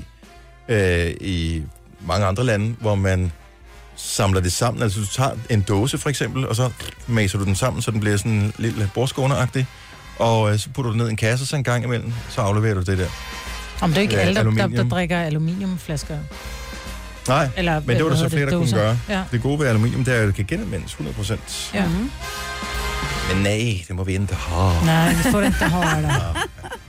i mange andre lande, hvor man samler det sammen. Altså du tager en dåse for eksempel, og så maser du den sammen, så den bliver sådan en lille bordskåner-agtig. Og så putter du ned i en kasse, så en gang imellem, så afleverer du det der. Om det er ikke alle, der aluminium. drikker aluminiumflasker. Nej, Eller, men det var der så flere, der kunne dåser. gøre. Ja. Det gode ved aluminium, det er, at det kan genanvendes 100%. Ja. Men nej, det må vi ikke have. Nej, vi får det ikke, der holder der.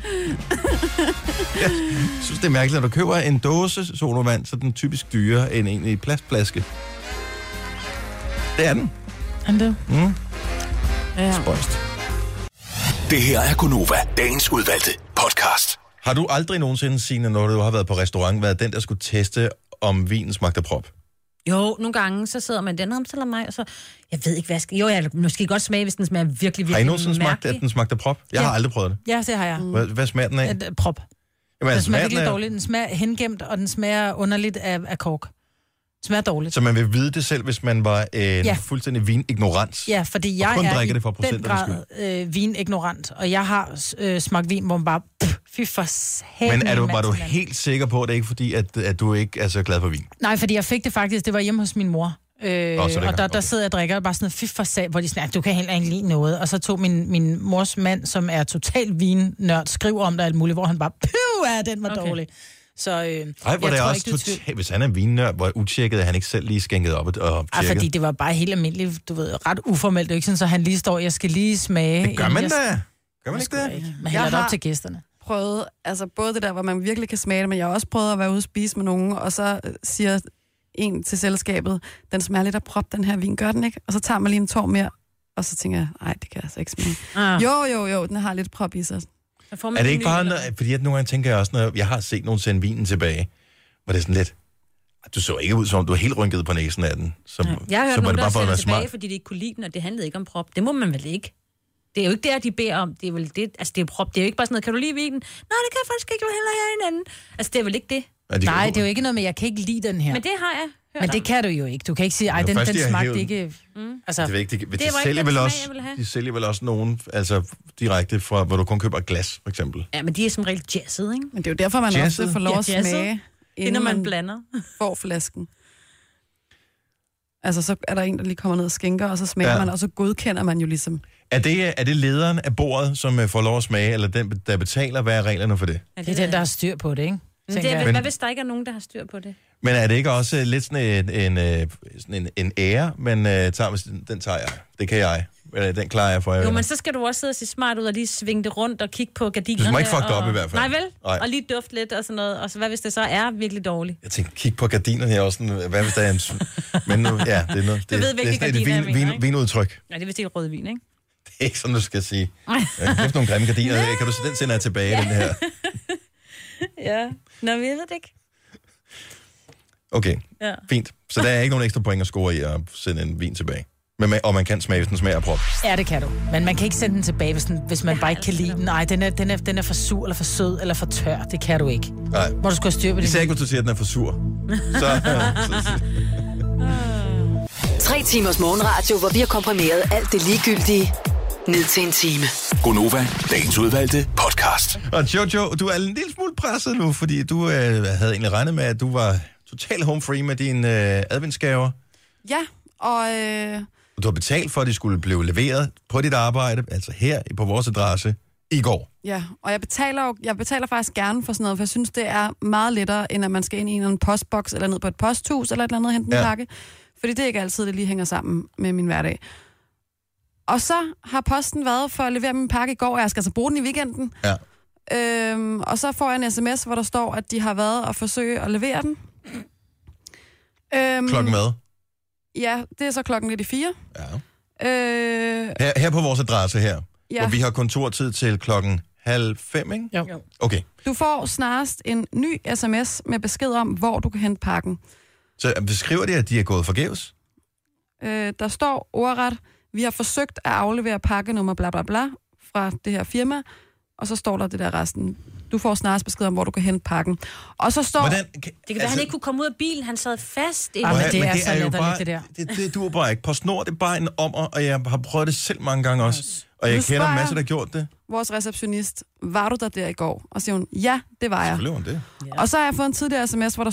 Jeg synes, det er mærkeligt, når du køber en dåse sodavand, så er den typisk dyrere end en i plastflaske. Det er den. Er det? Ja. Spøjst. Det her er Gonova, dagens udvalgte podcast. Har du aldrig nogensinde, Signe, når du har været på restaurant, været den, der skulle teste, om vinen smagte prop? Jo, nogle gange, så sidder man den eller mig, og så... Jeg ved ikke, hvad jeg skal... Jo, jeg måske godt smage, hvis den smager virkelig Har I nogensinde smagt, mærkelig. at den smagte prop? Jeg har aldrig prøvet det. Ja, det har jeg. Hvad smager den af? Prop. Jamen, Den smager den virkelig af- dårligt. Den smager hengemt, og den smager underligt af kork. Den smager dårligt. Så man vil vide det selv, hvis man var en fuldstændig vinignorant? Ja, fordi Og jeg kun er drikker i det for den procenternes grad vinignorant, og jeg har smagt vin, hvor man bare... fy for satan. Men var du helt sikker på, at det ikke er fordi, at du ikke er så glad for vin? Nej, fordi jeg fik det faktisk, det var hjemme hos min mor. Og der sidder jeg og drikker, og bare sådan fy for sag, hvor de sådan, du kan heller ikke lide noget. Og så tog min mors mand, som er total vinnørd, skriver om det alt muligt, hvor han bare, den var dårlig. Så Ej, hvor jeg det er tror også ikke, det er totalt... Hvis han er vinnørd, hvor utjekket, at han ikke selv lige skænket op og tjekket. fordi det var bare helt almindeligt, du ved, ret uformelt. Det er ikke sådan, så han lige står, jeg skal lige smage. Det gør man da. Gør man Det ikke det? Man hælder det op til gæsterne. Prøvet, altså både det der, hvor man virkelig kan smage det, men jeg har også prøvet at være ude og spise med nogen, og så siger en til selskabet, den smager lidt af prop, den her vin, gør den ikke? Og så tager man lige en tår mere, og så tænker jeg, nej, det kan jeg altså ikke smage. Jo, den har lidt prop i sig. Er det ikke bare noget, fordi at nogle gange tænker jeg også, når jeg har set nogen sende vinen tilbage, hvor det er sådan lidt, Du så ikke ud, som om du var helt rynket på næsen af den. Jeg har hørt nogen, der sendte tilbage, fordi de ikke kunne lide den, og det handlede ikke om prop. Det må man vel ikke. Det er jo ikke der, de beder om. Det er vel det. Altså, det er prop. Det er jo ikke bare sådan noget, kan du lide vinen? Nej, det kan jeg faktisk ikke, jo heller have en anden. Altså, det er vel ikke det. Nej, det er jo ikke noget med, jeg kan ikke lide den her. Men det har jeg hørt. Men det kan du jo ikke. Du kan ikke sige, ej, den smagte ikke... Altså, det er vigtigt. De sælger vel også nogen, altså direkte fra, hvor du kun køber et glas, for eksempel. Ja, men de er som regel jazzet, ikke? Men det er jo derfor, man også får lov at smage, inden man blander. Får flasken. Altså, så er der en, der lige kommer ned og skænker, og så smager man, og så godkender man jo ligesom. Er det lederen af bordet, som får lov at smage, eller den, der betaler? Hvad er reglerne for det? Det er den, der har styr på det, ikke? Hvad hvis der ikke er nogen, der har styr på det? Men er det ikke også lidt sådan en ære, men den tager jeg. Det kan jeg. Eller den klarer jeg for jer. Jo, men så skal du også sidde og se smart ud og lige svinge det rundt og kigge på gardinerne. Du må ikke fuck det op i hvert fald. Nej vel? Nej. Og lige dufte lidt og sådan noget. Og så hvad hvis det så er virkelig dårligt? Jeg tænker, kig på gardinerne her også. Hvad hvis der er en... Men nu, ja, det er noget... Du ved, hvilke gardiner jeg mener, ikke? Vinudtryk. Ja, det er vist ikke rødvin, ikke? Det er ikke sådan, du skal sige. Efter nogle grimme gardiner. Kan du se, den sender jeg tilbage, den her? Ja. Nå, vi ved det ikke. Okay, fint. Så der er ikke nogen ekstra point at score i at sende en vin tilbage. Og man kan smage, hvis den smager af prop. Ja, det kan du. Men man kan ikke sende den tilbage, hvis man bare ikke kan lide den. Nej, den er for sur, eller for sød, eller for tør. Det kan du ikke. Nej. Hvor du skal styre på det. Især ikke, hvis du siger, at den er for sur. 3 timers morgenradio, hvor vi har komprimeret alt det ligegyldige ned til en time. Gonova, dagens udvalgte podcast. Og Jojo, du er en lille smule presset nu, fordi du havde egentlig regnet med, at du var total home free med dine adventsgaver. Ja, og... Du har betalt for, at de skulle blive leveret på dit arbejde, altså her på vores adresse, i går. Ja, og jeg betaler faktisk gerne for sådan noget, for jeg synes, det er meget lettere, end at man skal ind i en eller anden postboks, eller ned på et posthus, eller et eller andet og hente en pakke. Fordi det er ikke altid, det lige hænger sammen med min hverdag. Og så har posten været for at levere min pakke i går, og jeg skal altså bruge den i weekenden. Ja. Og så får jeg en sms, hvor der står, at de har været og forsøge at levere den. Klokken hvad? Ja, det er så klokken lidt i 4. Ja. Her på vores adresse her, hvor vi har kontortid til klokken 4:30, ikke? Jo. Okay. Du får snarest en ny sms med besked om, hvor du kan hente pakken. Så beskriver det, at de er gået forgæves? Der står ordret, vi har forsøgt at aflevere pakkenummer bla bla bla fra det her firma, og så står der det der resten. Du får snarest besked om, hvor du kan hente pakken. Og så står... Det kan være, han ikke kunne komme ud af bilen. Han sad fast. Men det er så letterligt, det der. Det duer bare ikke. PostNord, det er bare en og jeg har prøvet det selv mange gange også. Og jeg kender en masse, der har gjort det. Vores receptionist, var du der i går? Og siger hun, ja, det var jeg. Selvfølgelig det. Ja. Og så har jeg fået en tidligere sms, hvor der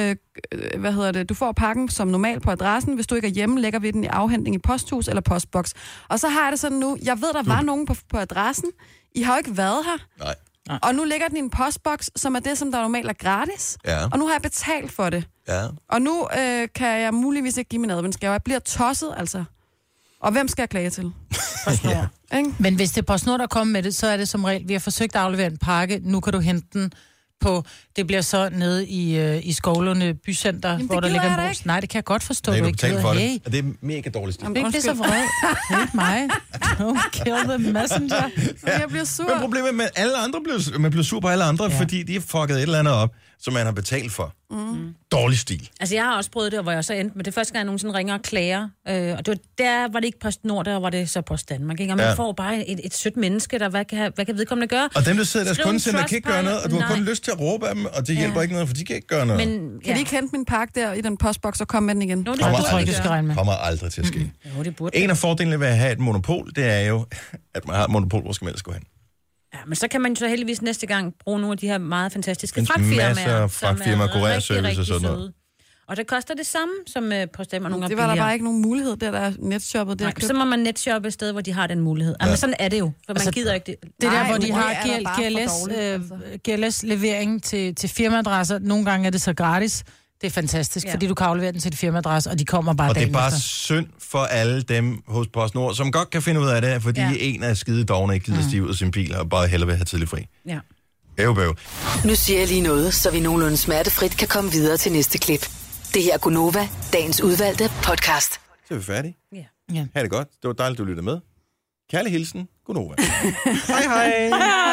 står, du får pakken som normalt på adressen. Hvis du ikke er hjemme, lægger vi den i afhentning i posthus eller postboks. Og så har jeg det sådan nu, jeg ved, der var nogen på adressen. I har jo ikke været her. Nej. Og nu ligger den i en postboks, som er det, som der normalt er gratis. Ja. Og nu har jeg betalt for det. Ja. Og nu kan jeg muligvis ikke give min adventsgave. Jeg bliver tosset, altså. Og hvem skal jeg klage til? PostNord. Men hvis det er PostNord, der kommer med det, så er det som regel, vi har forsøgt at aflevere en pakke, nu kan du hente den på, det bliver så nede i Skovlunde Bycenter, jamen, hvor der ligger en brus. Nej, det kan jeg godt forstå, du ikke gider. Hey. Det er mega dårligt stil. Det er så vred. Det er ikke mig. Don't kill the messenger. Jeg bliver sur. Men problemet med alle andre, man bliver sur på alle andre, fordi de har fucket et eller andet op, som man har betalt for. Dårlig stil. Altså, jeg har også prøvet det, hvor jeg så endte med det første gang, jeg nogensinde ringer og klager. Og der var det ikke PostNord, der var det så Post Danmark. Ikke? Og man får bare et sødt menneske, der hvad kan vedkommende gøre? Og dem, der sidder deres kundecenter, kan ikke gøre noget, og du har kun lyst til at råbe af dem, og det hjælper ikke noget, for de kan ikke gøre noget. Men kan de ikke hente min pakke der i den postboks og komme med den igen? Nå, det tror jeg, du skal regne med. Kommer aldrig til at ske. Jo, det burde. En af fordelene ved at have et monopol, det er jo, at man har et monopol, hvor skal man ellers gå hen. Ja, men så kan man så heldigvis næste gang bruge nogle af de her meget fantastiske fragtfirmaer. Masser af fragtfirmaer, kurierservice og sådan noget. Og det koster det samme som Postnord. Det var der bare ikke nogen mulighed, der er netshoppet. Nej, så må man netshoppe et sted, hvor de har den mulighed. Ja. Men sådan er det jo, for man gider ikke det. Det der, hvor de har GLS-levering til firmaadresser. Nogle gange er det så gratis. Det er fantastisk, fordi du kan aflevere den til dit firmaadresse, og de kommer bare dagen efter. Og det er bare synd for alle dem hos PostNord, som godt kan finde ud af det, fordi en af skide dovne ikke gider stive ud af sin bil, og bare hellere vil have tidlig fri. Ja. Bøv. Nu siger jeg lige noget, så vi nogenlunde smertefrit kan komme videre til næste klip. Det her er Gonova, dagens udvalgte podcast. Så er vi færdige. Ja. Ha' det godt. Det var dejligt, du lyttede med. Kærlig hilsen, Gonova. Hej hej.